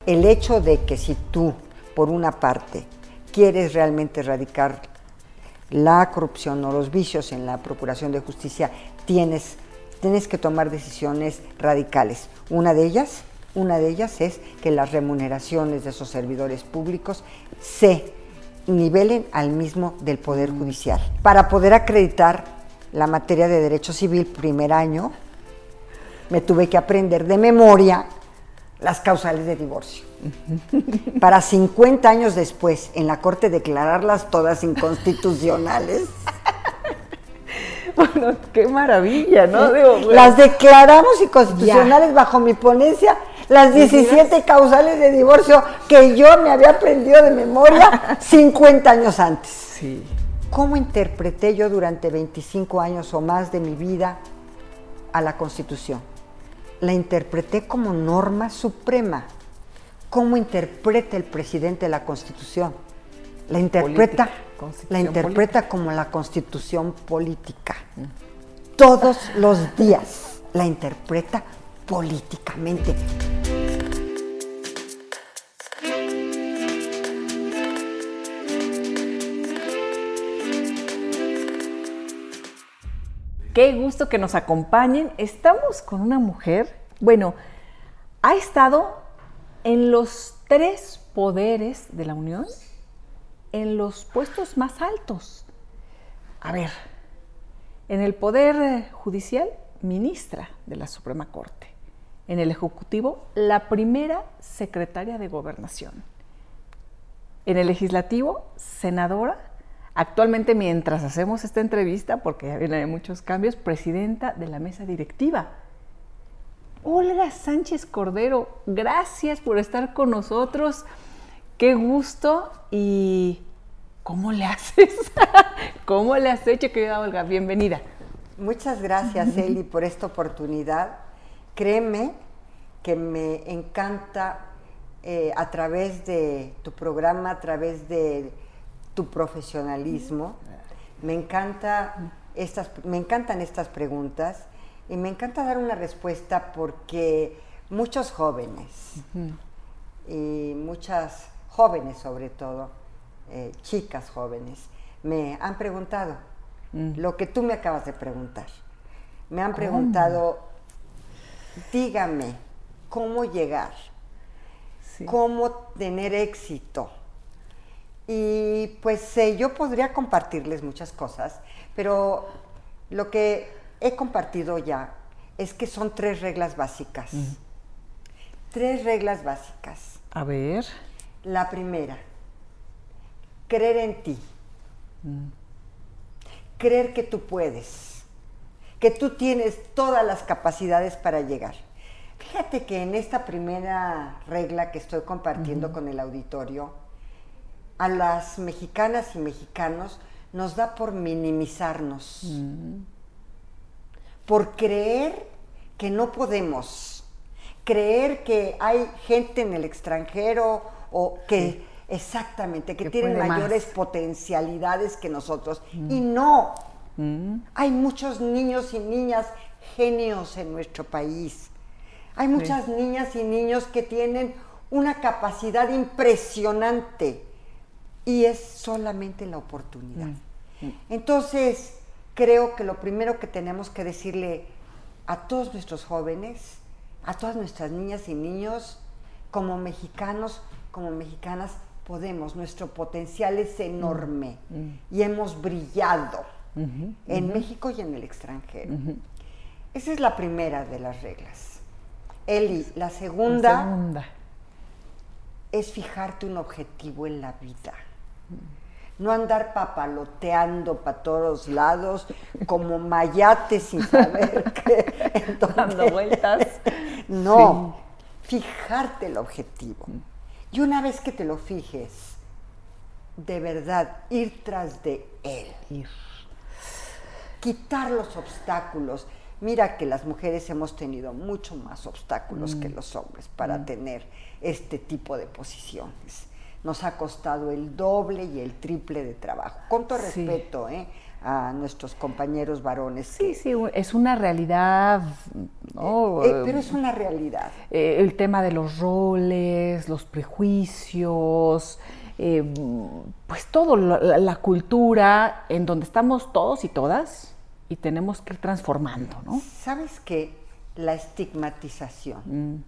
el hecho de que si tú, por una parte, quieres realmente erradicar la corrupción o los vicios en la procuración de justicia, tienes que tomar decisiones radicales. Una de ellas es que las remuneraciones de esos servidores públicos se nivelen al mismo del Poder Judicial. Para poder acreditar la materia de Derecho Civil, primer año, me tuve que aprender de memoria las causales de divorcio. Para 50 años después, en la Corte, declararlas todas inconstitucionales. Bueno, qué maravilla, ¿no? Sí. Digo, bueno. Las declaramos inconstitucionales bajo mi ponencia, las 17 causales de divorcio que yo me había aprendido de memoria 50 años antes. Sí. ¿Cómo interpreté yo durante 25 años o más de mi vida a la Constitución? La interpreté como norma suprema. ¿Cómo interpreta el presidente la Constitución? La interpreta como la Constitución política. Todos los días la interpreta políticamente. Qué gusto que nos acompañen. Estamos con una mujer, bueno, ha estado en los 3 poderes de la Unión, en los puestos más altos. A ver, en el Poder Judicial, ministra de la Suprema Corte. En el Ejecutivo, la primera secretaria de Gobernación. En el Legislativo, senadora. Actualmente, mientras hacemos esta entrevista, porque ya vienen muchos cambios, presidenta de la mesa directiva. Olga Sánchez Cordero, gracias por estar con nosotros. Qué gusto. ¿Y cómo le haces? ¿Cómo le has hecho, querida Olga? Bienvenida. Muchas gracias, Eli, por esta oportunidad. Créeme que me encanta a través de tu programa, a través de tu profesionalismo, me encantan estas preguntas y me encanta dar una respuesta porque muchos jóvenes y muchas jóvenes sobre todo, chicas jóvenes, me han preguntado lo que tú me acabas de preguntar. Me han preguntado, dígame, ¿cómo llegar? Sí. ¿Cómo tener éxito? Y pues yo podría compartirles muchas cosas, pero lo que he compartido ya es que son 3 reglas básicas. 3 reglas básicas. A ver. La primera, creer en ti. Creer que tú puedes, que tú tienes todas las capacidades para llegar. Fíjate que en esta primera regla que estoy compartiendo con el auditorio, a las mexicanas y mexicanos nos da por minimizarnos, por creer que no podemos, creer que hay gente en el extranjero o que exactamente, que tienen mayores potencialidades que nosotros. Y no, hay muchos niños y niñas genios en nuestro país. Hay muchas niñas y niños que tienen una capacidad impresionante. Y es solamente la oportunidad. Entonces, creo que lo primero que tenemos que decirle a todos nuestros jóvenes, a todas nuestras niñas y niños, como mexicanos, como mexicanas, podemos, nuestro potencial es enorme y hemos brillado en México y en el extranjero. Esa es la primera de las reglas. Eli, la segunda es fijarte un objetivo en la vida. No andar papaloteando para todos lados como mayate sin saber qué. Dando vueltas. No, fijarte el objetivo. Y una vez que te lo fijes, de verdad, ir tras de él. Quitar los obstáculos. Mira que las mujeres hemos tenido mucho más obstáculos que los hombres para tener este tipo de posiciones. nos ha costado el doble y el triple de trabajo. Con todo respeto, a nuestros compañeros varones. Sí, es una realidad, ¿no? Pero es una realidad. El tema de los roles, los prejuicios, pues todo, la cultura en donde estamos todos y todas y tenemos que ir transformando, ¿no? ¿Sabes qué? La estigmatización.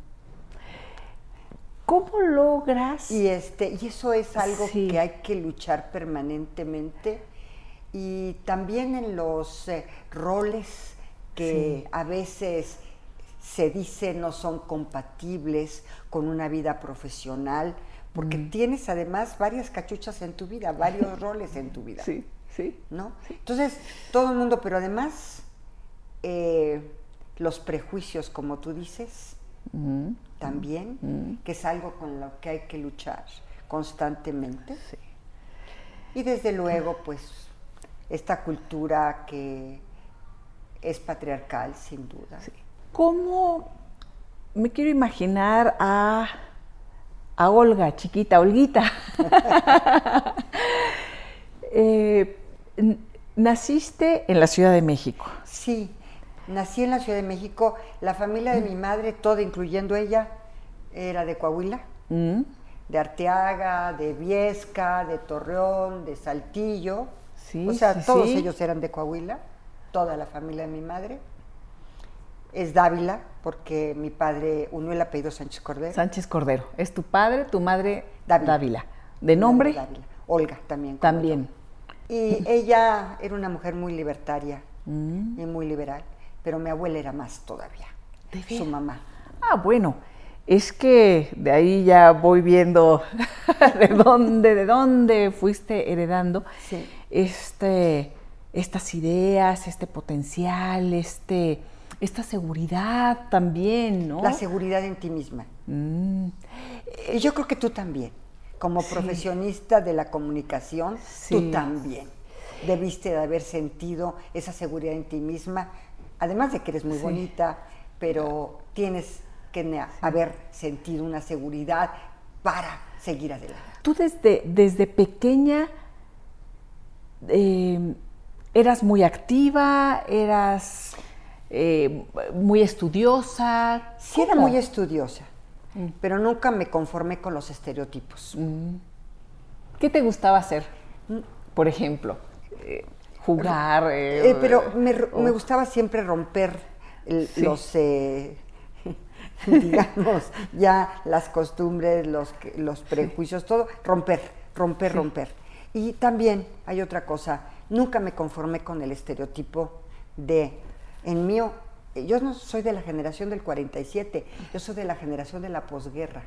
¿Cómo logras? Y eso es algo que hay que luchar permanentemente. Y también en los roles que a veces se dice no son compatibles con una vida profesional, porque tienes además varias cachuchas en tu vida, varios roles en tu vida. Sí. ¿No? Entonces, todo el mundo, pero además los prejuicios, como tú dices, también, que es algo con lo que hay que luchar constantemente. Sí. Y desde luego, pues, esta cultura que es patriarcal, sin duda. Sí. ¿Cómo me quiero imaginar a Olga, chiquita, Olguita? Naciste en la Ciudad de México. Sí, nací en la Ciudad de México. La familia de mi madre, toda, incluyendo ella, era de Coahuila. De Arteaga, de Viesca, de Torreón, de Saltillo. Sí, o sea, todos ellos eran de Coahuila, toda la familia de mi madre. Es Dávila, porque mi padre unió el apellido Sánchez Cordero. Sánchez Cordero. Es tu padre, tu madre Dávila. ¿De nombre? Dávila. Olga también. También. Y ella era una mujer muy libertaria y muy liberal, pero mi abuela era más todavía. Su mamá. Ah, bueno. Es que de ahí ya voy viendo de dónde fuiste heredando estas ideas, este potencial, esta seguridad también, ¿no? La seguridad en ti misma. Y yo creo que tú también, como profesionista de la comunicación, tú también debiste de haber sentido esa seguridad en ti misma, además de que eres muy bonita, pero tienes que haber sentido una seguridad para seguir adelante. Tú desde pequeña eras muy activa, eras muy estudiosa. Sí, era muy estudiosa, pero nunca me conformé con los estereotipos. ¿Qué te gustaba hacer, por ejemplo? Jugar. Pero me gustaba siempre romper los... digamos, ya las costumbres, los prejuicios, todo, romper. Y también hay otra cosa, nunca me conformé con el estereotipo yo no soy de la generación del 47, yo soy de la generación de la posguerra.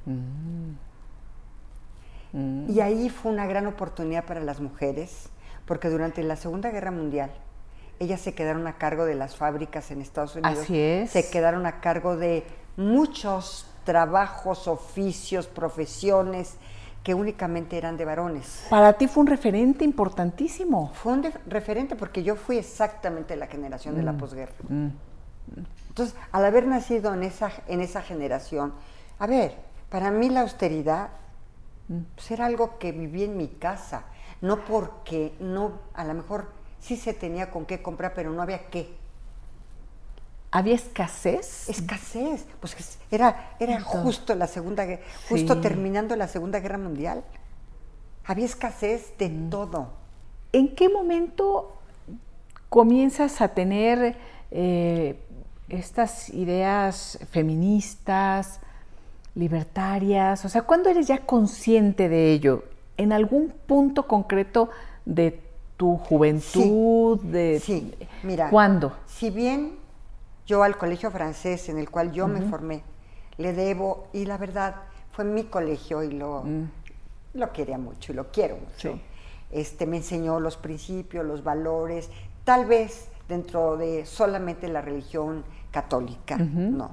Y ahí fue una gran oportunidad para las mujeres, porque durante la Segunda Guerra Mundial, ellas se quedaron a cargo de las fábricas en Estados Unidos. Así es. Se quedaron a cargo de muchos trabajos, oficios, profesiones que únicamente eran de varones. Para ti fue un referente importantísimo. Fue un referente porque yo fui exactamente la generación de la posguerra. Entonces, al haber nacido en esa generación, a ver, para mí la austeridad pues era algo que viví en mi casa, no porque a lo mejor sí se tenía con qué comprar, pero no había qué. ¿Había escasez? Escasez, pues era justo la Segunda Guerra, justo terminando la Segunda Guerra Mundial. Había escasez de todo. ¿En qué momento comienzas a tener estas ideas feministas, libertarias? O sea, ¿cuándo eres ya consciente de ello? ¿En algún punto concreto de tu juventud? Sí, mira. ¿Cuándo? Si bien yo al colegio francés en el cual yo me formé, le debo, y la verdad, fue mi colegio y lo quería mucho y lo quiero mucho. Sí. Me enseñó los principios, los valores, tal vez dentro de solamente la religión católica, no.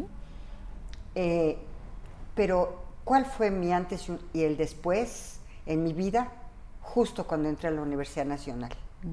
Pero, ¿cuál fue mi antes y el después en mi vida? Justo cuando entré a la Universidad Nacional.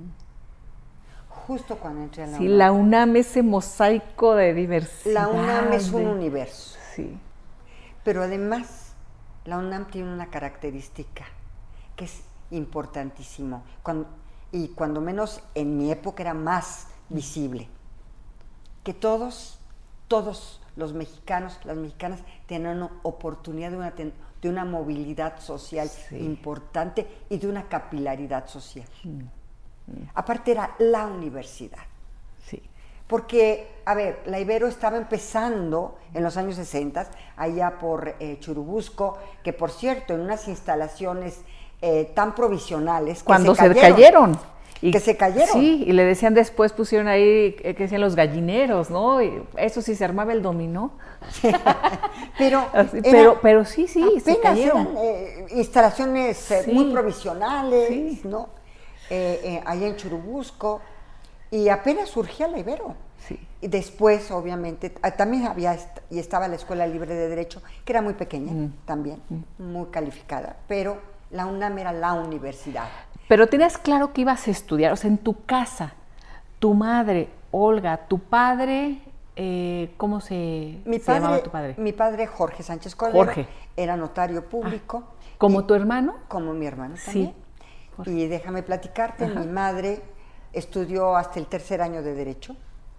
Justo cuando entré a la UNAM. Sí, la UNAM, ese mosaico de diversidad. La UNAM es un universo. Sí. Pero además la UNAM tiene una característica que es importantísimo, y cuando menos en mi época era más visible, que todos los mexicanos, las mexicanas tienen una oportunidad de una movilidad social importante y de una capilaridad social. Aparte era la universidad. Sí. Porque, a ver, la Ibero estaba empezando en los años 60, allá por Churubusco, que por cierto, en unas instalaciones tan provisionales cuando se cayeron. Que se cayeron. Sí, y le decían después, pusieron ahí, que decían los gallineros, ¿no? Y eso sí, se armaba el dominó. Sí. pero sí, se cayeron. Eran instalaciones muy provisionales, ¿no? Allá en Churubusco, y apenas surgía la Ibero. Sí. Y después, obviamente, también estaba la Escuela Libre de Derecho, que era muy pequeña también, muy calificada, pero la UNAM era la universidad. Pero tenías claro que ibas a estudiar, o sea, en tu casa, tu madre, Olga, tu padre, ¿cómo se llamaba tu padre? Mi padre, Jorge Sánchez Cordero, era notario público. ¿Como tu hermano? Como mi hermano también. Sí. Y déjame platicarte, mi madre estudió hasta el 3er año de Derecho.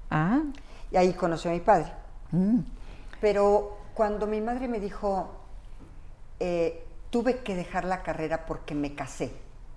Y ahí conoció a mi padre. Pero cuando mi madre me dijo, tuve que dejar la carrera porque me casé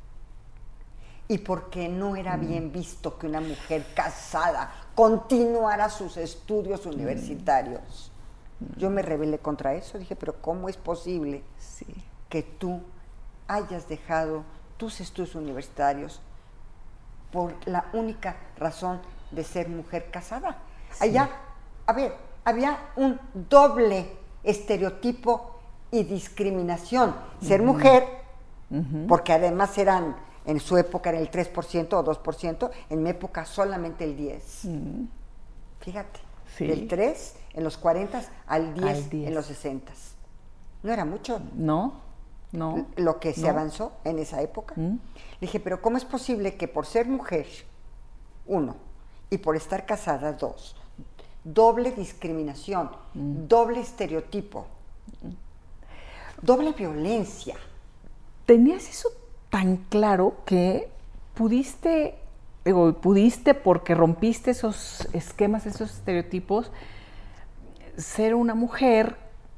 y porque no era bien visto que una mujer casada continuara sus estudios universitarios. Yo me rebelé contra eso, dije, pero ¿cómo es posible que tú hayas dejado tus estudios universitarios por la única razón de ser mujer casada? Allá, a ver, había un doble estereotipo y discriminación. Ser mujer, porque además en su época era el 3% o 2%, en mi época solamente el 10%. Fíjate, del 3 en los 40 al 10 en los 60. No era mucho. No. Lo que se avanzó en esa época. Le dije, pero ¿cómo es posible que por ser mujer, 1, y por estar casada, 2, doble discriminación, doble estereotipo, doble violencia? ¿Tenías eso tan claro que pudiste porque rompiste esos esquemas, esos estereotipos, ser una mujer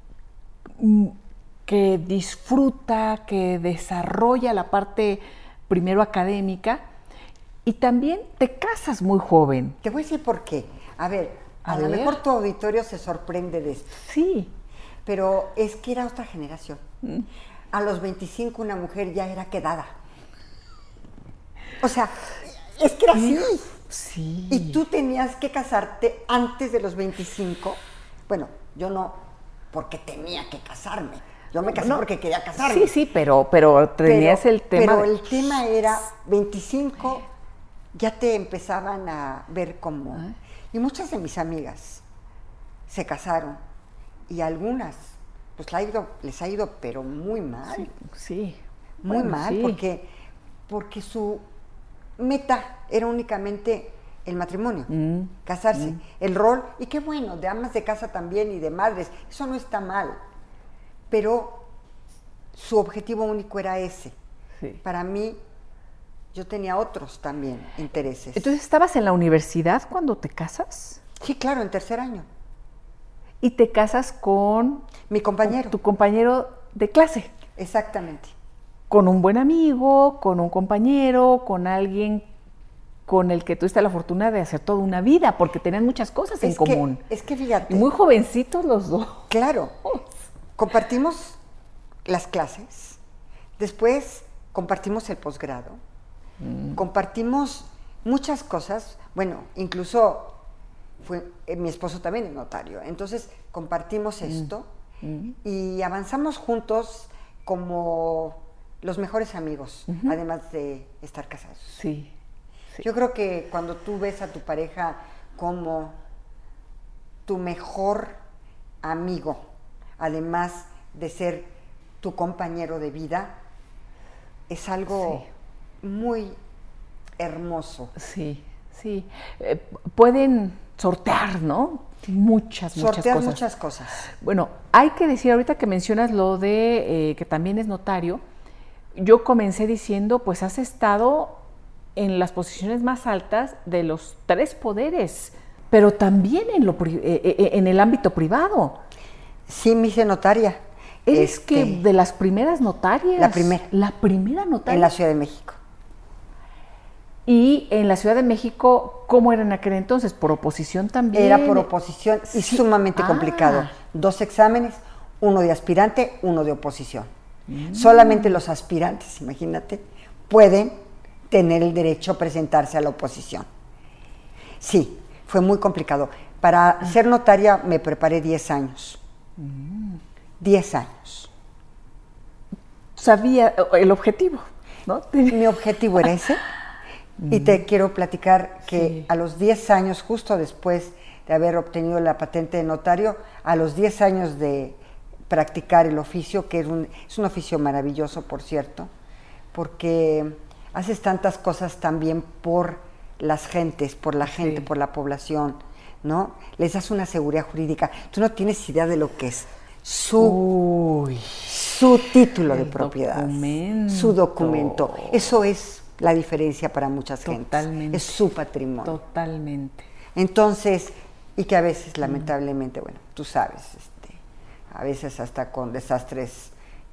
que disfruta, que desarrolla la parte primero académica y también te casas muy joven? Te voy a decir por qué. A ver, a lo mejor tu auditorio se sorprende de esto. Sí. Pero es que era otra generación. A los 25 una mujer ya era quedada. O sea, es que era así. Sí. Y tú tenías que casarte antes de los 25. Bueno, yo no porque tenía que casarme. Yo me casé porque quería casarme. Sí, pero tenías el tema. Pero el tema era 25, ya te empezaban a ver como... Y muchas de mis amigas se casaron y algunas pues les ha ido pero muy mal. Sí. Muy mal, porque su meta era únicamente el matrimonio, casarse, el rol, y qué bueno, de amas de casa también y de madres, eso no está mal, pero su objetivo único era ese. Sí. Para mí, yo tenía otros también intereses. Entonces, ¿estabas en la universidad cuando te casas? Sí, claro, en 3er año. Y te casas con... Mi compañero. Tu compañero de clase. Exactamente. Con un buen amigo, con un compañero, con alguien con el que tuviste la fortuna de hacer toda una vida, porque tenían muchas cosas en común. Es que fíjate. Y muy jovencitos los dos. Claro. Compartimos las clases, después compartimos el posgrado, compartimos muchas cosas. Bueno, incluso mi esposo también es notario, entonces compartimos esto y avanzamos juntos como los mejores amigos, además de estar casados. Sí. Yo creo que cuando tú ves a tu pareja como tu mejor amigo, además de ser tu compañero de vida, es algo muy hermoso. Sí. Pueden sortear, ¿no? muchas sorteas muchas cosas. Bueno, hay que decir ahorita que mencionas lo de que también es notario, yo comencé diciendo, pues has estado en las posiciones más altas de los 3 poderes, pero también en el ámbito privado. Sí, me hice notaria. ¿Eres que de las primeras notarias? La primera. La primera notaria. En la Ciudad de México. Y en la Ciudad de México, ¿cómo era en aquel entonces? ¿Por oposición también? Era por oposición y sumamente complicado. 2 exámenes, uno de aspirante, uno de oposición. Solamente los aspirantes, imagínate, pueden tener el derecho a presentarse a la oposición. Sí, fue muy complicado. Para ser notaria me preparé 10 años. 10 años. Sabía el objetivo, ¿no? Mi objetivo era ese. Y te quiero platicar que a los 10 años, justo después de haber obtenido la patente de notario, a los 10 años de practicar el oficio, que es un oficio maravilloso, por cierto, porque haces tantas cosas también por las gentes, por la gente, por la población, ¿no? Les das una seguridad jurídica. Tú no tienes idea de lo que es su título de propiedad, su documento. Eso es la diferencia para muchas gentes. Es su patrimonio. Totalmente. Entonces, y que a veces, lamentablemente, bueno, tú sabes, a veces hasta con desastres,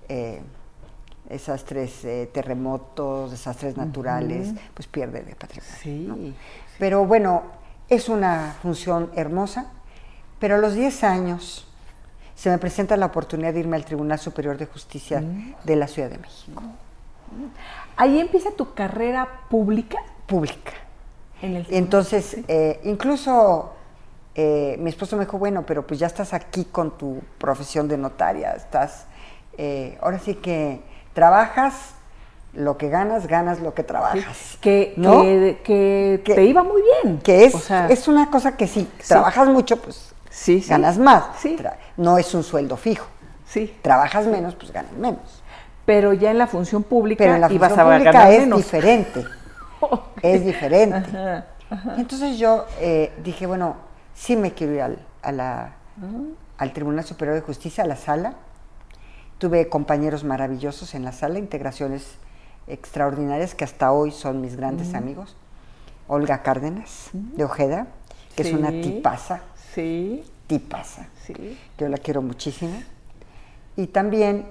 terremotos, desastres naturales, pues pierde de patrimonio. Sí, ¿no? Sí. Pero bueno, es una función hermosa, pero a los 10 años se me presenta la oportunidad de irme al Tribunal Superior de Justicia de la Ciudad de México. ¿Ahí empieza tu carrera pública? Pública. Entonces, incluso mi esposo me dijo, bueno, pero pues ya estás aquí con tu profesión de notaria, estás, ahora sí que trabajas lo que ganas, ganas lo que trabajas. Que te iba muy bien. Que es una cosa que si trabajas mucho, pues ganas más. Sí. No es un sueldo fijo. Sí. Trabajas menos, pues ganas menos. Pero ya en la función pública ibas a ganar menos. Diferente. Okay. Es diferente. Ajá. Entonces yo dije, bueno, sí me quiero ir al Tribunal Superior de Justicia, a la sala. Tuve compañeros maravillosos en la sala, integraciones extraordinarias que hasta hoy son mis grandes amigos. Olga Cárdenas, de Ojeda, que es una tipaza. Sí. Tipaza. Sí. Yo la quiero muchísimo. Y también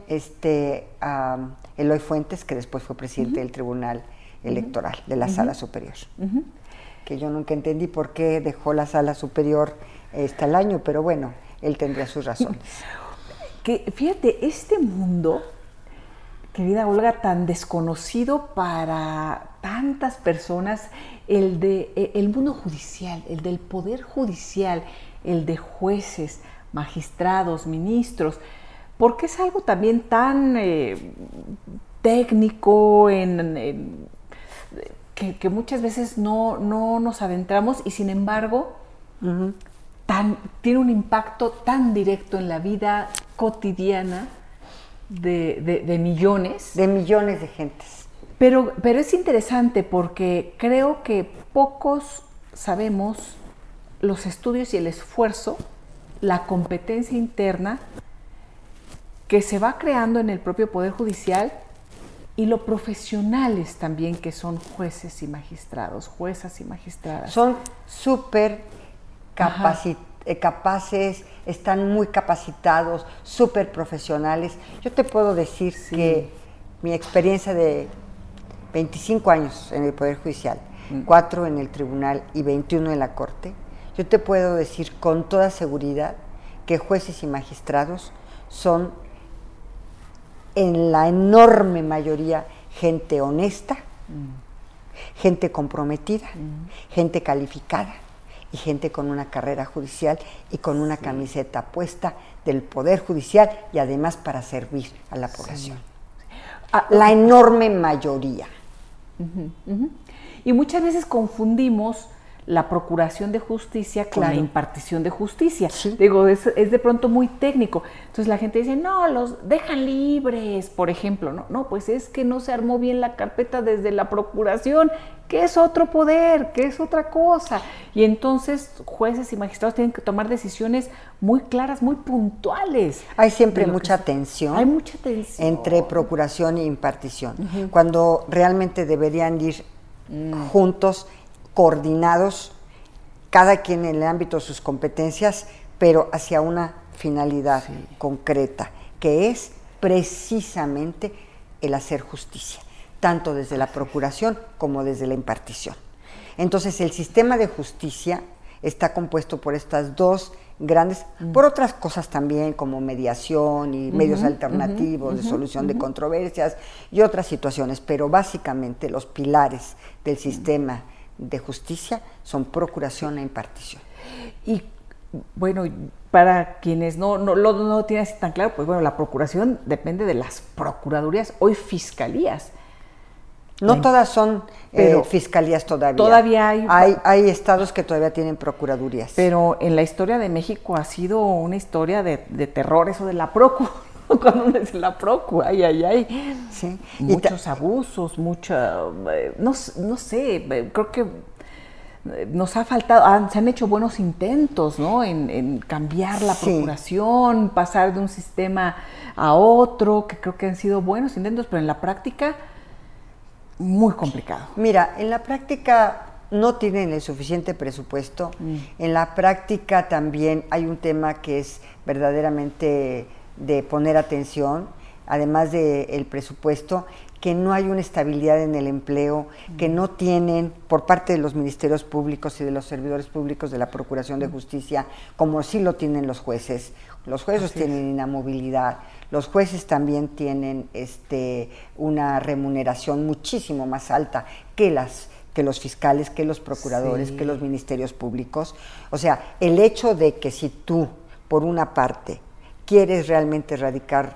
Eloy Fuentes, que después fue presidente del Tribunal Electoral, de la Sala Superior. Que yo nunca entendí por qué dejó la Sala Superior al año, pero bueno, él tendría sus razones. Que fíjate, este mundo, querida Olga, tan desconocido para tantas personas, el mundo judicial, el del poder judicial, el de jueces, magistrados, ministros, porque es algo también tan técnico, que muchas veces no nos adentramos y sin embargo tiene un impacto tan directo en la vida cotidiana de millones. De millones de gentes. Pero es interesante porque creo que pocos sabemos los estudios y el esfuerzo, la competencia interna que se va creando en el propio Poder Judicial y lo profesionales también que son jueces y magistrados, juezas y magistradas. Son súper capaces, están muy capacitados, súper profesionales. Yo te puedo decir que mi experiencia de 25 años en el Poder Judicial, 4 en el Tribunal y 21 en la Corte, yo te puedo decir con toda seguridad que jueces y magistrados son en la enorme mayoría gente honesta, gente comprometida, gente calificada y gente con una carrera judicial y con una camiseta puesta del Poder Judicial y además para servir a la población. La enorme mayoría. Y muchas veces confundimos la procuración de justicia con la impartición de justicia. Sí. Digo, es de pronto muy técnico. Entonces la gente dice, no, los dejan libres, por ejemplo. No, pues es que no se armó bien la carpeta desde la procuración, que es otro poder, que es otra cosa. Y entonces jueces y magistrados tienen que tomar decisiones muy claras, muy puntuales. Hay siempre mucha tensión. Hay mucha tensión. Entre procuración e impartición. Cuando realmente deberían ir juntos, coordinados, cada quien en el ámbito de sus competencias, pero hacia una finalidad concreta, que es precisamente el hacer justicia, tanto desde la procuración como desde la impartición. Entonces, el sistema de justicia está compuesto por estas dos grandes, por otras cosas también, como mediación y medios alternativos de solución de controversias y otras situaciones, pero básicamente los pilares del sistema de justicia son procuración e impartición. Y bueno, para quienes no tienen así tan claro, pues bueno, la procuración depende de las procuradurías, hoy fiscalías. No todas son fiscalías todavía. Todavía hay estados que todavía tienen procuradurías. Pero en la historia de México ha sido una historia de terror, eso de la procu. Cuando uno dice la procu, ay. Sí. Muchos abusos, no sé, creo que nos ha faltado, se han hecho buenos intentos, ¿no? En cambiar la procuración, pasar de un sistema a otro, que creo que han sido buenos intentos, pero en la práctica muy complicado. Mira, en la práctica no tienen el suficiente presupuesto. En la práctica también hay un tema que es verdaderamente de poner atención, además del presupuesto, que no hay una estabilidad en el empleo, que no tienen por parte de los ministerios públicos y de los servidores públicos de la Procuración de Justicia, como sí lo tienen los jueces. Los jueces tienen inamovilidad, los jueces también tienen una remuneración muchísimo más alta que los fiscales, que los procuradores, que los ministerios públicos. O sea, el hecho de que si tú, por una parte, quieres realmente erradicar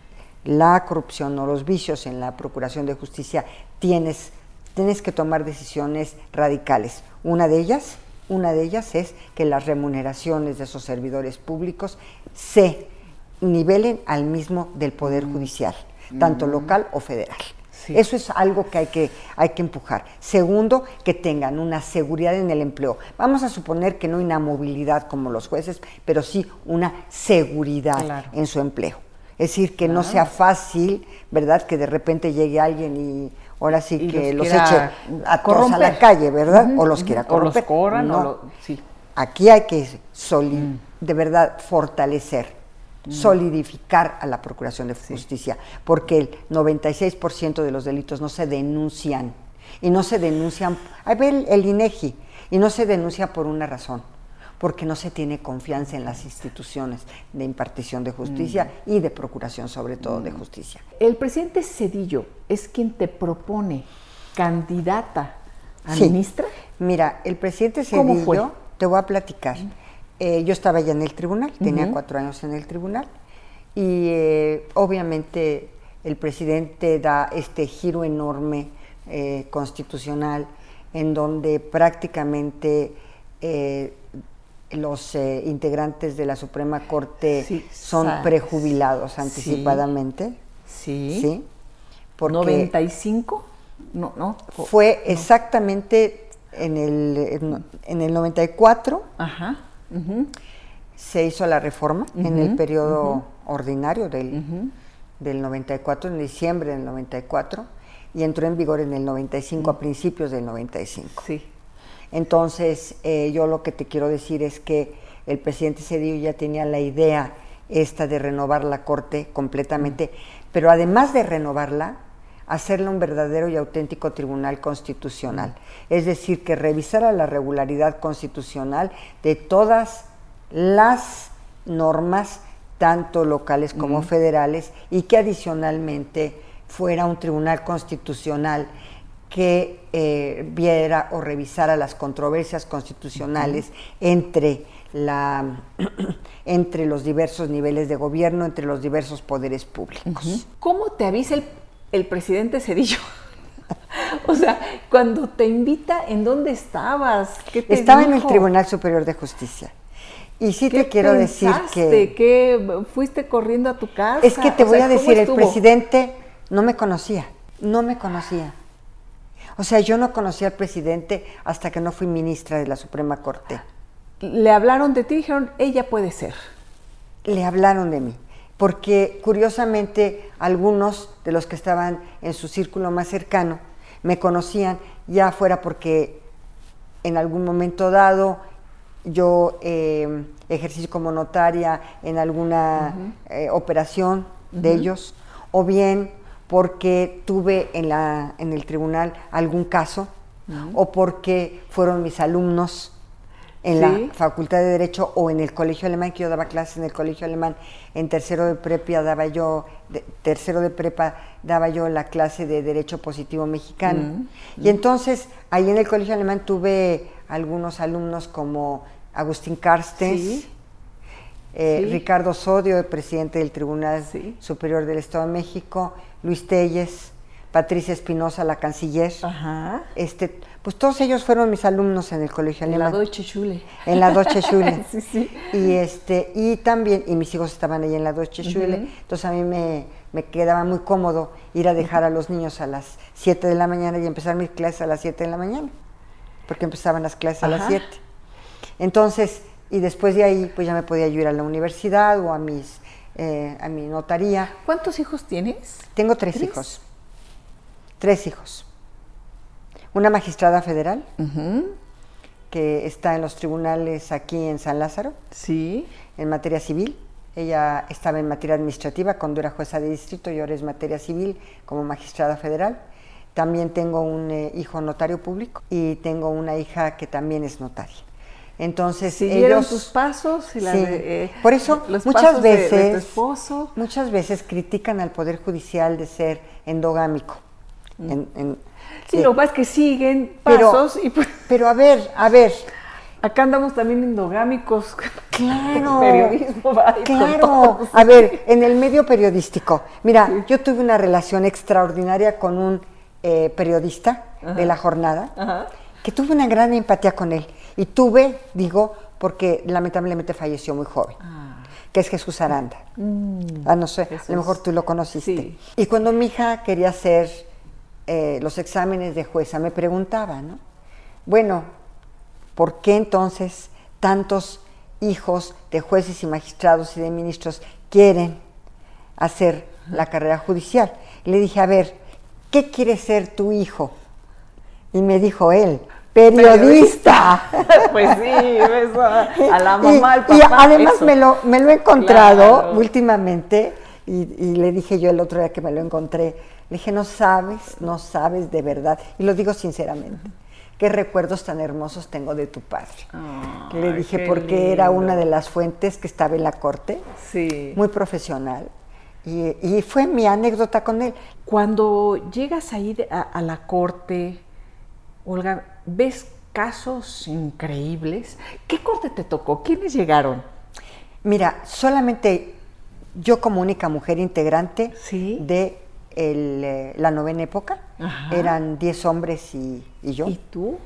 la corrupción o los vicios en la Procuración de Justicia, tienes que tomar decisiones radicales. Una de ellas es que las remuneraciones de esos servidores públicos se nivelen al mismo del Poder Judicial, tanto local o federal. Sí. Eso es algo que hay que empujar. Segundo, que tengan una seguridad en el empleo. Vamos a suponer que no inamovilidad como los jueces, pero sí una seguridad en su empleo. Es decir, que no sea fácil, ¿verdad?, que de repente llegue alguien y ahora sí que los eche a todos a la calle, ¿verdad? O los quiera corromper. O los corran, no. Aquí hay que de verdad fortalecer, solidificar a la Procuración de Justicia, porque el 96% de los delitos no se denuncian, y no se denuncian, ahí ve el INEGI, y no se denuncia por una razón, porque no se tiene confianza en las instituciones de impartición de justicia y de procuración, sobre todo de justicia. El presidente Zedillo es quien te propone candidata a ministra. Mira, el presidente Zedillo, te voy a platicar. Yo estaba ya en el tribunal, tenía 4 años en el tribunal, y obviamente el presidente da este giro enorme constitucional, en donde prácticamente los integrantes de la Suprema Corte son prejubilados anticipadamente. Sí. Porque ¿95? No. Fue exactamente en el 94. Se hizo la reforma en el periodo ordinario del 94, en diciembre del 94, y entró en vigor en el 95, a principios del 95. Sí. Entonces, yo lo que te quiero decir es que el presidente Zedillo ya tenía la idea de renovar la Corte completamente, pero además de renovarla, hacerla un verdadero y auténtico tribunal constitucional. Es decir, que revisara la regularidad constitucional de todas las normas, tanto locales como federales, y que adicionalmente fuera un tribunal constitucional que viera o revisara las controversias constitucionales entre los diversos niveles de gobierno, entre los diversos poderes públicos. ¿Cómo te avisa el presidente Zedillo? O sea, cuando te invita, ¿en dónde estabas? ¿Qué te Estaba dijo? en el Tribunal Superior de Justicia. Y sí te quiero decir que... ¿Qué fuiste corriendo a tu casa? Es que te voy a decir, el presidente no me conocía. O sea, yo no conocía al presidente hasta que no fui ministra de la Suprema Corte. ¿Le hablaron de ti y dijeron, ella puede ser? Le hablaron de mí, porque curiosamente algunos de los que estaban en su círculo más cercano me conocían, ya fuera porque en algún momento dado yo ejercí como notaria en alguna operación de ellos, o bien porque tuve en el tribunal algún caso, o porque fueron mis alumnos en la Facultad de Derecho o en el Colegio Alemán, que yo daba clases en el Colegio Alemán. En tercero de prepa daba yo la clase de Derecho Positivo Mexicano. Y entonces ahí en el Colegio Alemán tuve algunos alumnos como Agustín Carstens, Ricardo Sodio, el presidente del Tribunal Superior del Estado de México, Luis Telles, Patricia Espinosa, la canciller. Pues todos ellos fueron mis alumnos en el Colegio Alemán. En la Deutsche Schule. En la Deutsche Schule. Sí. Y también, y mis hijos estaban ahí en la Deutsche Schule, entonces a mí me quedaba muy cómodo ir a dejar a los niños a las 7 de la mañana y empezar mis clases a las 7 de la mañana, porque empezaban las clases a las 7. Entonces, y después de ahí, pues ya me podía yo ir a la universidad o a mi notaría. ¿Cuántos hijos tienes? Tengo 3 hijos. 3 hijos. Una magistrada federal, que está en los tribunales aquí en San Lázaro, en materia civil. Ella estaba en materia administrativa cuando era jueza de distrito y ahora es materia civil como magistrada federal. También tengo un hijo notario público y tengo una hija que también es notaria. Entonces, ¿siguieron tus pasos? Y por eso los muchas veces de tu esposo. Muchas veces critican al Poder Judicial de ser endogámico. Lo que pasa es que siguen pasos. Pero a ver. Acá andamos también endogámicos. Claro. Periodismo. Claro. A ver, en el medio periodístico. Mira, yo tuve una relación extraordinaria con un periodista de La Jornada, que tuve una gran empatía con él. Y porque lamentablemente falleció muy joven, que es Jesús Aranda. No sé, Jesús. A lo mejor tú lo conociste. Sí. Y cuando mi hija quería hacer los exámenes de jueza, me preguntaba, ¿no? Bueno, ¿por qué entonces tantos hijos de jueces y magistrados y de ministros quieren hacer la carrera judicial? Y le dije, a ver, ¿qué quiere ser tu hijo? Y me dijo él, periodista. Pues sí, eso, a la mamá, al papá. Y además me lo he encontrado últimamente, y le dije yo el otro día que me lo encontré, le dije, no sabes de verdad, y lo digo sinceramente, qué recuerdos tan hermosos tengo de tu padre. Le dije, porque era una de las fuentes que estaba en la corte, muy profesional, y fue mi anécdota con él. Cuando llegas ahí a la corte, Olga, ¿ves casos increíbles? ¿Qué corte te tocó? ¿Quiénes llegaron? Mira, solamente yo como única mujer integrante de la novena época, eran 10 hombres y yo. ¿Y tú?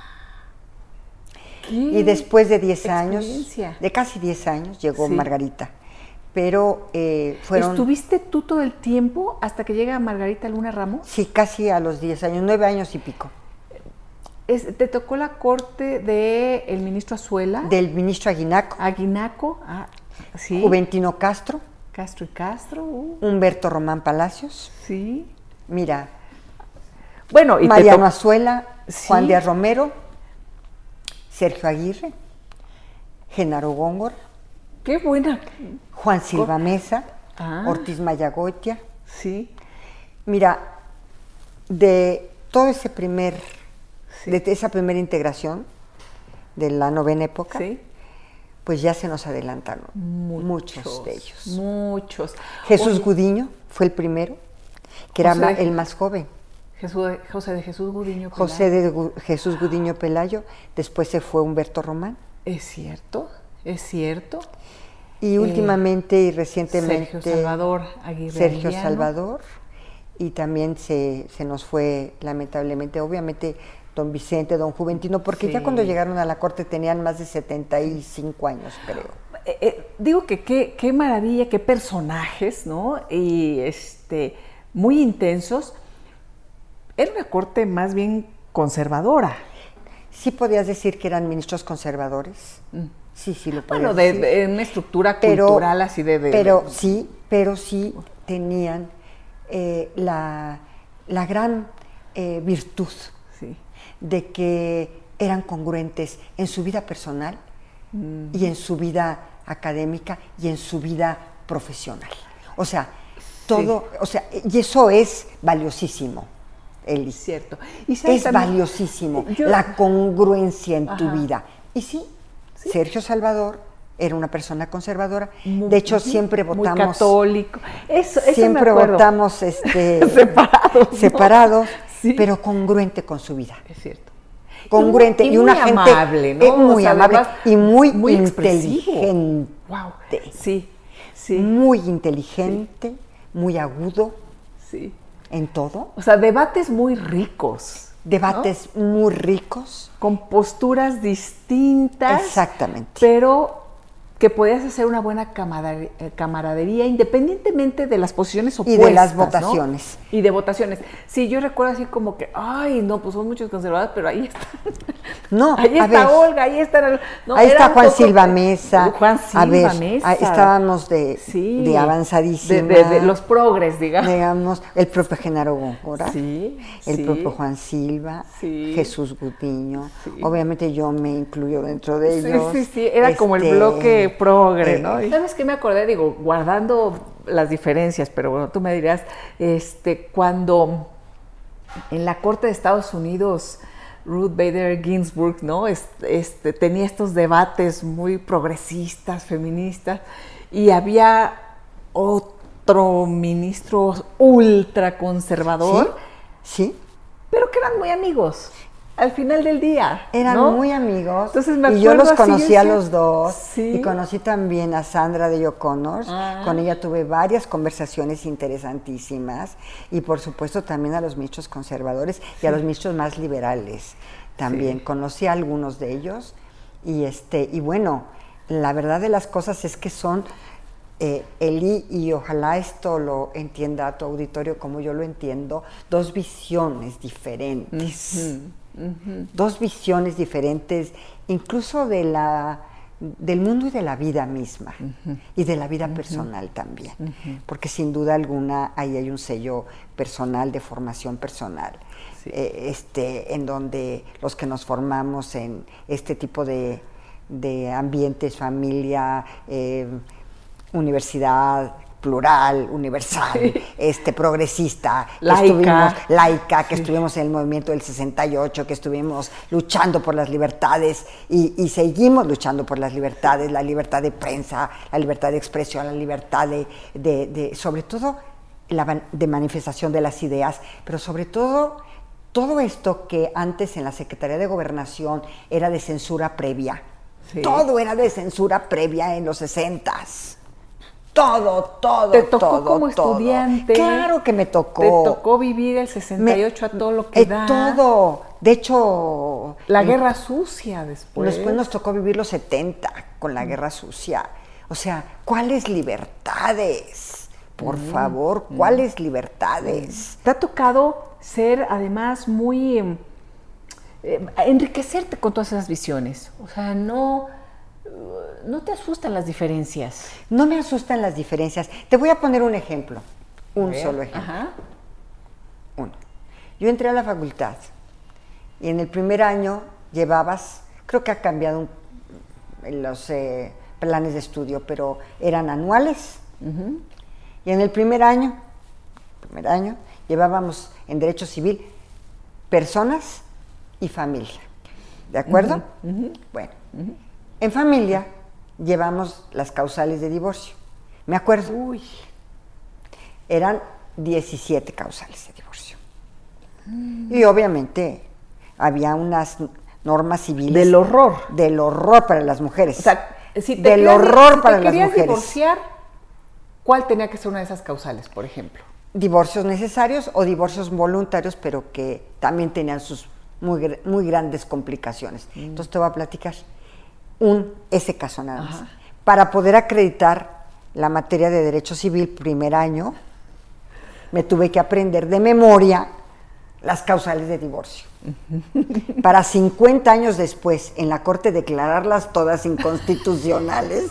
Y después de 10 años, de casi 10 años, llegó Margarita. Pero fueron... ¿Estuviste tú todo el tiempo hasta que llega Margarita Luna Ramos? Sí, casi a los 10 años, 9 años y pico. ¿Te tocó la corte del ministro Azuela? Del ministro Aguinaco. Aguinaco, Juventino Castro. Castro y Castro. Humberto Román Palacios. Sí. Mira. Bueno, y Mariano Azuela, Juan Díaz Romero, Sergio Aguirre, Genaro Góngora. ¡Qué buena! Juan Silva Mesa, Ortiz Mayagoitia. Sí. Mira, de todo ese de esa primera integración de la novena época, pues ya se nos adelantaron muchos de ellos. Muchos. Jesús Gudiño fue el primero, que era el más joven. José de Jesús Gudiño Pelayo. José de Jesús Gudiño Pelayo, después se fue Humberto Román. Es cierto. Y últimamente y recientemente Sergio Salvador Aguirre. Sergio Salvador y también se nos fue lamentablemente, obviamente, don Vicente, don Juventino, porque ya cuando llegaron a la corte tenían más de 75 años, creo. Digo que qué maravilla, qué personajes, ¿no? Y muy intensos. Era una corte más bien conservadora. Sí podías decir que eran ministros conservadores. Sí, lo podías decir. De una estructura cultural así pero sí tenían la gran virtud de que eran congruentes en su vida personal y en su vida académica y en su vida profesional. O sea, todo, y eso es valiosísimo, Eli. Cierto. Y es valiosísimo, la congruencia en tu vida. Y sí, Sergio Salvador era una persona conservadora. De hecho, siempre votamos... Muy católico. Eso siempre votamos separados, pero congruente con su vida. Es cierto. Congruente y una gente amable, ¿no? Muy amable y muy inteligente. Wow. Sí. Muy inteligente, muy agudo. Sí. En todo. O sea, debates muy ricos. Debates muy ricos. Con posturas distintas. Exactamente. Pero que podías hacer una buena camaradería independientemente de las posiciones opuestas. Y de las votaciones. ¿No? Y de votaciones. Sí, yo recuerdo así como que, pues son muchos conservadores, pero ahí está. No, ahí está Olga, ahí está... No, ahí está Juan Silva Mesa. Mesa. Estábamos de avanzadísima. De los progres, digamos. El propio Genaro Góngora. El propio Juan Silva. Jesús Gutiño. Obviamente yo me incluyo dentro de ellos. Sí. Era como el bloque progre, ¿no? ¿Sabes qué me acordé? Digo, guardando las diferencias, pero bueno, tú me dirás, cuando en la Corte de Estados Unidos Ruth Bader Ginsburg, ¿no? Tenía estos debates muy progresistas, feministas, y había otro ministro ultraconservador, pero que eran muy amigos. Al final del día, eran muy amigos. Entonces me acuerdo, y yo los conocí a los dos. Y conocí también a Sandra Day O'Connor. Con ella tuve varias conversaciones interesantísimas. Y por supuesto también a los ministros conservadores y a los ministros más liberales. También conocí a algunos de ellos. Y bueno, la verdad de las cosas es que son, Eli, y ojalá esto lo entienda tu auditorio como yo lo entiendo, dos visiones diferentes. Dos visiones diferentes, incluso del mundo y de la vida misma, y de la vida personal también, porque sin duda alguna ahí hay un sello personal, de formación personal, en donde los que nos formamos en este tipo de ambientes, familia, universidad, plural, universal, progresista, laica, que estuvimos en el movimiento del 68, que estuvimos luchando por las libertades y seguimos luchando por las libertades, la libertad de prensa, la libertad de expresión, la libertad de sobre todo de manifestación de las ideas, pero sobre todo esto que antes en la Secretaría de Gobernación era de censura previa. Todo era de censura previa en los 60s. Todo. ¿Te tocó como estudiante? Claro que me tocó. ¿Te tocó vivir el 68 a todo lo que da? Todo. De hecho... La Guerra Sucia después. Después nos tocó vivir los 70 con la Guerra Sucia. O sea, ¿cuáles libertades? Por favor, ¿cuáles libertades? ¿Te ha tocado ser además muy... enriquecerte con todas esas visiones? O sea, ¿no te asustan las diferencias? No me asustan las diferencias. Te voy a poner un ejemplo, solo ejemplo. Uno. Yo entré a la facultad y en el primer año llevabas, creo que ha cambiado los planes de estudio, pero eran anuales. Y en el primer año llevábamos en Derecho Civil personas y familia. ¿De acuerdo? Bueno. En familia llevamos las causales de divorcio. Me acuerdo. Eran 17 causales de divorcio. Y obviamente había unas normas civiles. Del horror. Del horror para las mujeres. O sea, si te del horror para las mujeres. Si querías divorciar, ¿cuál tenía que ser una de esas causales, por ejemplo? divorcios necesarios o divorcios voluntarios, pero que también tenían sus muy grandes complicaciones. Entonces te voy a platicar ese caso nada más. Ajá. Para poder acreditar la materia de Derecho Civil primer año, me tuve que aprender de memoria las causales de divorcio. Para 50 años después, en la Corte, declararlas todas inconstitucionales.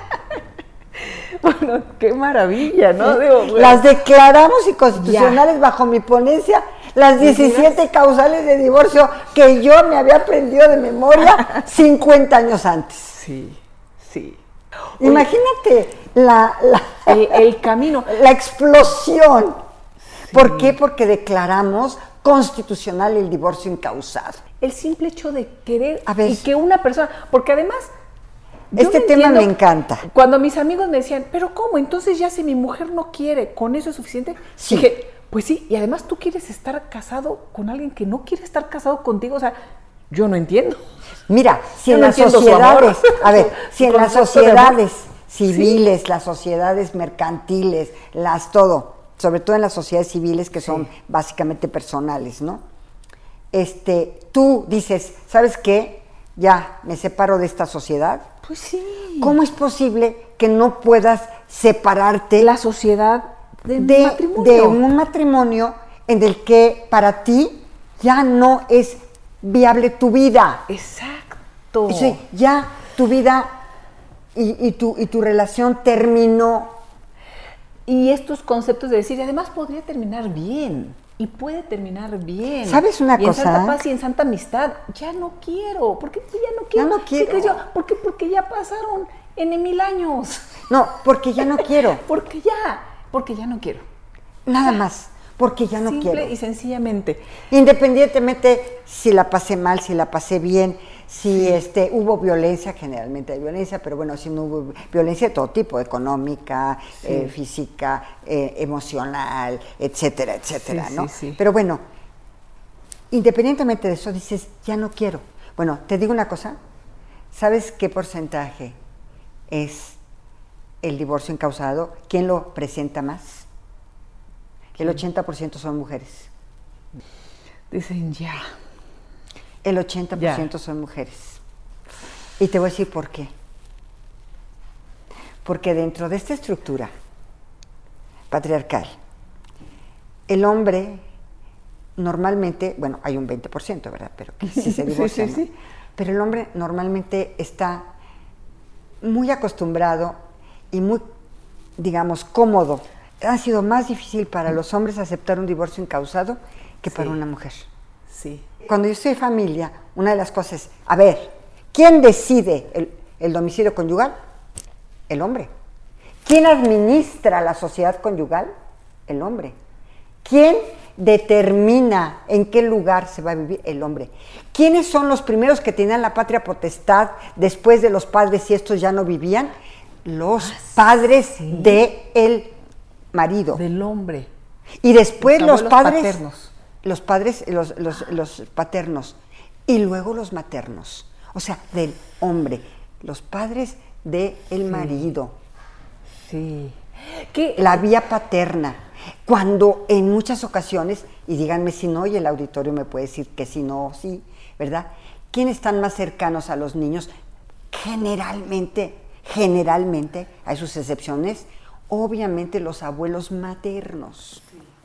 Bueno, qué maravilla, ¿no? Sí. Digo, bueno. Las declaramos inconstitucionales bajo mi ponencia, las 17 causales de divorcio que yo me había aprendido de memoria 50 años antes. Sí, sí. Imagínate el camino. La explosión. Sí. ¿Por qué? Porque declaramos constitucional el divorcio incausado. El simple hecho de querer y que una persona, porque además este tema me encanta. Cuando mis amigos me decían, pero ¿cómo? Entonces ya si mi mujer no quiere, ¿con eso es suficiente? Sí. Dije, pues sí, y además tú quieres estar casado con alguien que no quiere estar casado contigo, o sea, yo no entiendo. Mira, si en las sociedades, si en las sociedades civiles, las sociedades mercantiles, sobre todo en las sociedades civiles que son básicamente personales, ¿no? Tú dices, ¿sabes qué? Ya me separo de esta sociedad. Pues sí. ¿Cómo es posible que no puedas separarte la sociedad de un matrimonio en el que para ti ya no es viable tu vida? Exacto. Sí, ya tu vida y tu relación terminó. Y estos conceptos de decir, además podría terminar bien. Y puede terminar bien. ¿Sabes una cosa? En Santa Paz y en Santa Amistad, ya no quiero. ¿Por qué ya no quiero? Ya no quiero. ¿Sí, porque ya pasaron N,000 años. No, porque ya no quiero. porque ya no quiero. Nada más, porque ya no quiero. Simple y sencillamente. Independientemente si la pasé mal, si la pasé bien, si hubo violencia, generalmente hay violencia, pero bueno, si no hubo violencia de todo tipo, económica, física, emocional, etcétera, etcétera, ¿no? Sí. Pero bueno, independientemente de eso, dices, ya no quiero. Bueno, te digo una cosa, ¿sabes qué porcentaje es el divorcio incausado? ¿Quién lo presenta más? El 80% son mujeres. Dicen ya. El 80% son mujeres. Y te voy a decir por qué. Porque dentro de esta estructura patriarcal, el hombre normalmente, bueno, hay un 20%, ¿verdad? Pero que sí se divorcia, ¿no? Sí. Pero el hombre normalmente está muy acostumbrado y muy, digamos, cómodo. Ha sido más difícil para los hombres aceptar un divorcio incausado que para una mujer. Sí. Cuando yo soy familia, una de las cosas es, a ver, ¿quién decide el domicilio conyugal? El hombre. ¿Quién administra la sociedad conyugal? El hombre. ¿Quién determina en qué lugar se va a vivir? El hombre. ¿Quiénes son los primeros que tenían la patria potestad después de los padres si estos ya no vivían? Los padres del marido. Del hombre. Y después los padres paternos. Los padres, los paternos, y luego los maternos, o sea, del hombre, los padres del marido. Sí. La vía paterna, cuando en muchas ocasiones, y díganme si no, y el auditorio me puede decir que si no, sí, ¿verdad? ¿Quiénes están más cercanos a los niños? Generalmente, hay sus excepciones, obviamente los abuelos maternos.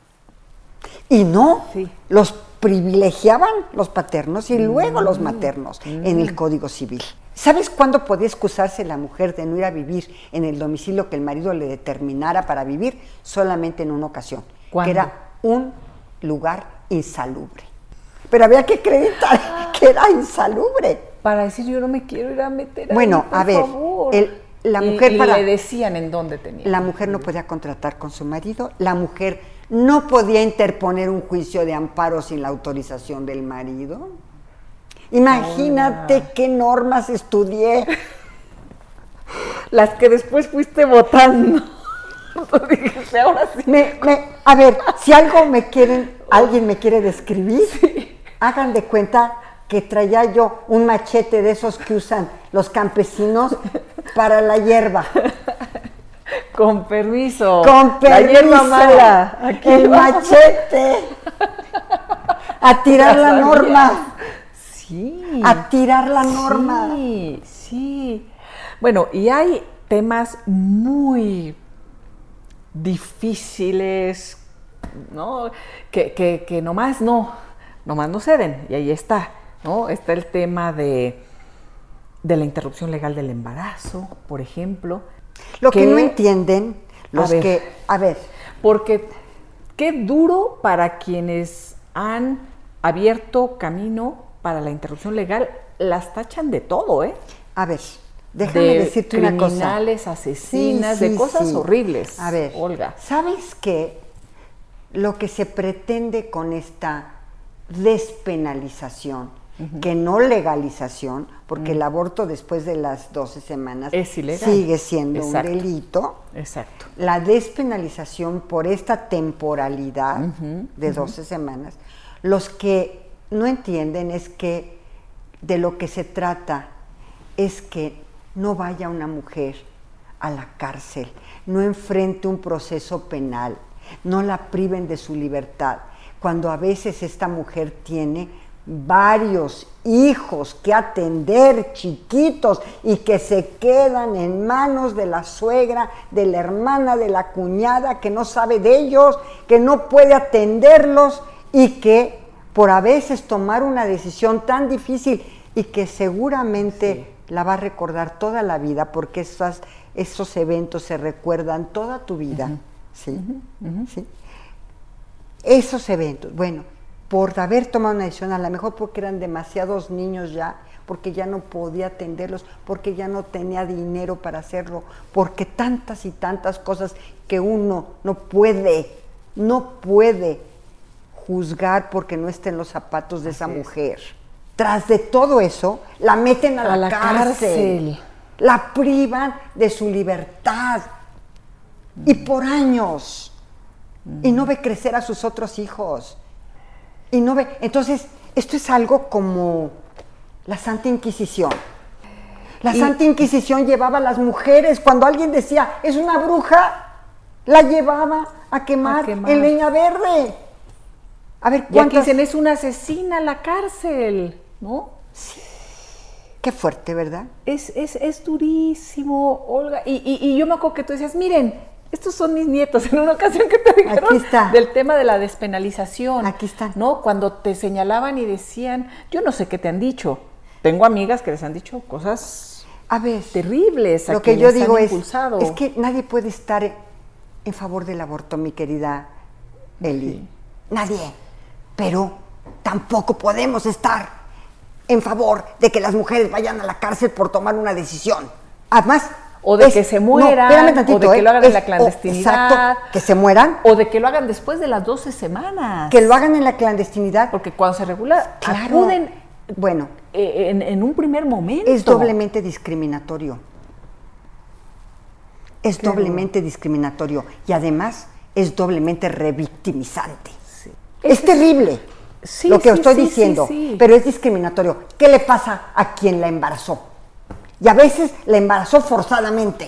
Y no, los privilegiaban los paternos y luego los maternos en el Código Civil. ¿Sabes cuándo podía excusarse la mujer de no ir a vivir en el domicilio que el marido le determinara para vivir? Solamente en una ocasión, ¿cuándo? Que era un lugar insalubre. Pero había que acreditar que era insalubre. Para decir, yo no me quiero ir a meter ahí, bueno, por favor. La mujer y le decían en dónde tenía. La mujer no podía contratar con su marido, la mujer no podía interponer un juicio de amparo sin la autorización del marido. Imagínate qué normas estudié. Las que después fuiste votando. Dijiste, ahora sí. A ver, si alguien me quiere describir, hagan de cuenta que traía yo un machete de esos que usan los campesinos para la hierba. Con permiso. Con permiso. La hierba mala. Aquí el va. machete. A tirar la norma. Sí. A tirar la norma. Sí, sí. Bueno, y hay temas muy difíciles, ¿no? Que nomás no ceden. Y ahí está, ¿no? Está el tema de la interrupción legal del embarazo, por ejemplo. Lo que no entienden, a ver, porque qué duro para quienes han abierto camino para la interrupción legal, las tachan de todo, ¿eh? A ver, déjame decirte una cosa. Criminales, asesinas, de cosas horribles. A ver, Olga. ¿Sabes qué? Lo que se pretende con esta despenalización, que no legalización, porque el aborto después de las 12 semanas es ilegal. Sigue siendo un delito. Exacto. La despenalización por esta temporalidad de 12 semanas, los que no entienden es que de lo que se trata es que no vaya una mujer a la cárcel, no enfrente un proceso penal, no la priven de su libertad, cuando a veces esta mujer tiene varios hijos que atender, chiquitos, y que se quedan en manos de la suegra, de la hermana, de la cuñada, que no sabe de ellos, que no puede atenderlos y que por a veces tomar una decisión tan difícil y que seguramente la va a recordar toda la vida, porque esos eventos se recuerdan toda tu vida, ¿sí? ¿Sí? Esos eventos, bueno, por haber tomado una decisión, a lo mejor porque eran demasiados niños ya, porque ya no podía atenderlos, porque ya no tenía dinero para hacerlo, porque tantas y tantas cosas que uno no puede juzgar porque no esté en los zapatos de esa mujer. Tras de todo eso, la meten a la cárcel, la privan de su libertad, y por años, y no ve crecer a sus otros hijos. Y no ve. Entonces, esto es algo como la Santa Inquisición. La Santa Inquisición llevaba a las mujeres, cuando alguien decía, es una bruja, la llevaba a quemar en leña verde. A ver, ¿cuántas? Y aquí dicen, es una asesina a la cárcel, ¿no? Sí. Qué fuerte, ¿verdad? Es durísimo, Olga. Y yo me acuerdo que tú decías, miren, estos son mis nietos, en una ocasión que te dijeron del tema de la despenalización. Aquí están. ¿No? Cuando te señalaban y decían, yo no sé qué te han dicho. Tengo amigas que les han dicho cosas terribles. Lo que yo digo es que nadie puede estar en favor del aborto, mi querida Eli. Sí. Nadie. Pero tampoco podemos estar en favor de que las mujeres vayan a la cárcel por tomar una decisión. Además, o de que se mueran, o de que lo hagan en la clandestinidad. Exacto, que se mueran. O de que lo hagan después de las 12 semanas. Que lo hagan en la clandestinidad. Porque cuando se regula, acuden en un primer momento. Es doblemente discriminatorio. Es doblemente discriminatorio. Y además es doblemente revictimizante. Sí. Es terrible lo que estoy diciendo, pero es discriminatorio. ¿Qué le pasa a quien la embarazó? Y a veces la embarazó forzadamente.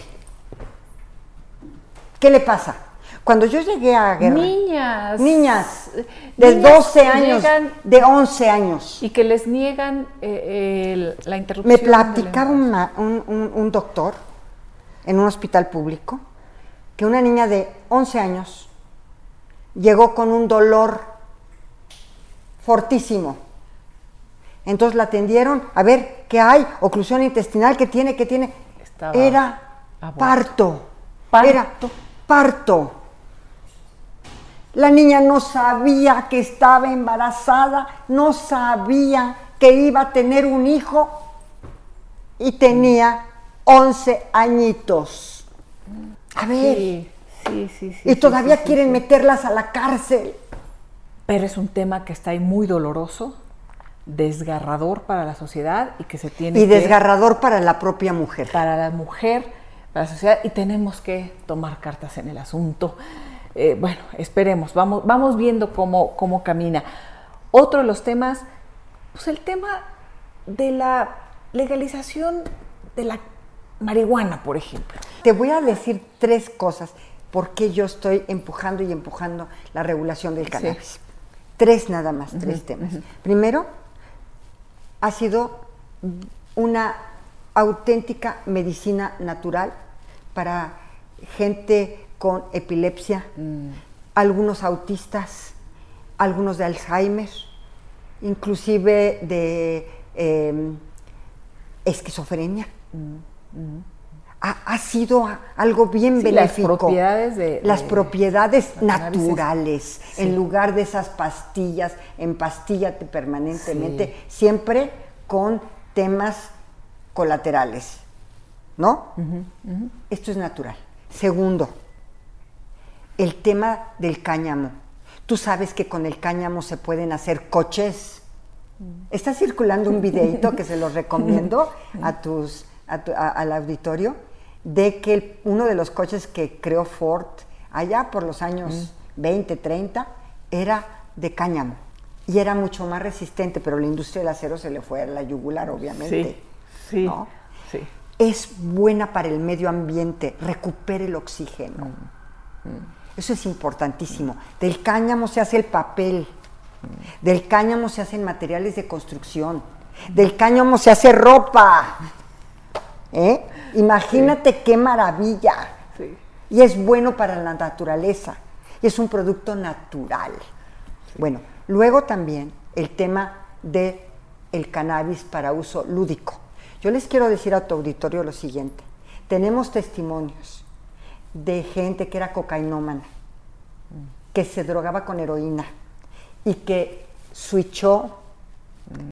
¿Qué le pasa? Cuando yo llegué a guerra... Niñas de 12 años, de 11 años. Y que les niegan la interrupción. Me platicaba un doctor en un hospital público que una niña de 11 años llegó con un dolor fortísimo. Entonces la atendieron, a ver, ¿qué hay? Oclusión intestinal, ¿qué tiene? Era parto. Era parto. La niña no sabía que estaba embarazada, no sabía que iba a tener un hijo y tenía 11 añitos. A ver. Sí. Y todavía quieren meterlas a la cárcel. Pero es un tema que está ahí muy doloroso, desgarrador para la sociedad y que se tiene y desgarrador para la propia mujer. Para la mujer, para la sociedad, y tenemos que tomar cartas en el asunto. Bueno, esperemos, vamos viendo cómo camina. Otro de los temas, pues el tema de la legalización de la marihuana, por ejemplo? Te voy a decir 3 cosas por qué yo estoy empujando la regulación del cannabis. Sí. 3 nada más, 3 temas. Primero, ha sido una auténtica medicina natural para gente con epilepsia, algunos autistas, algunos de Alzheimer, inclusive de esquizofrenia. Ha sido algo bien benéfico. Las propiedades naturales, sí. En lugar de esas pastillas, empastíllate permanentemente, sí. Siempre con temas colaterales, ¿no? Esto es natural. Segundo, el tema del cáñamo. Tú sabes que con el cáñamo se pueden hacer coches. Está circulando un videito que se los recomiendo al auditorio, de que uno de los coches que creó Ford allá por los años 20, 30, era de cáñamo y era mucho más resistente, pero la industria del acero se le fue a la yugular, obviamente. Sí, ¿no? Sí. Es buena para el medio ambiente, recupera el oxígeno. Eso es importantísimo. Del cáñamo se hace el papel, del cáñamo se hacen materiales de construcción, del cáñamo se hace ropa. Imagínate qué maravilla. Sí. Y es bueno para la naturaleza. Y es un producto natural. Sí. Bueno, luego también el tema del cannabis para uso lúdico. Yo les quiero decir a tu auditorio lo siguiente. Tenemos testimonios de gente que era cocainómana, que se drogaba con heroína y que switchó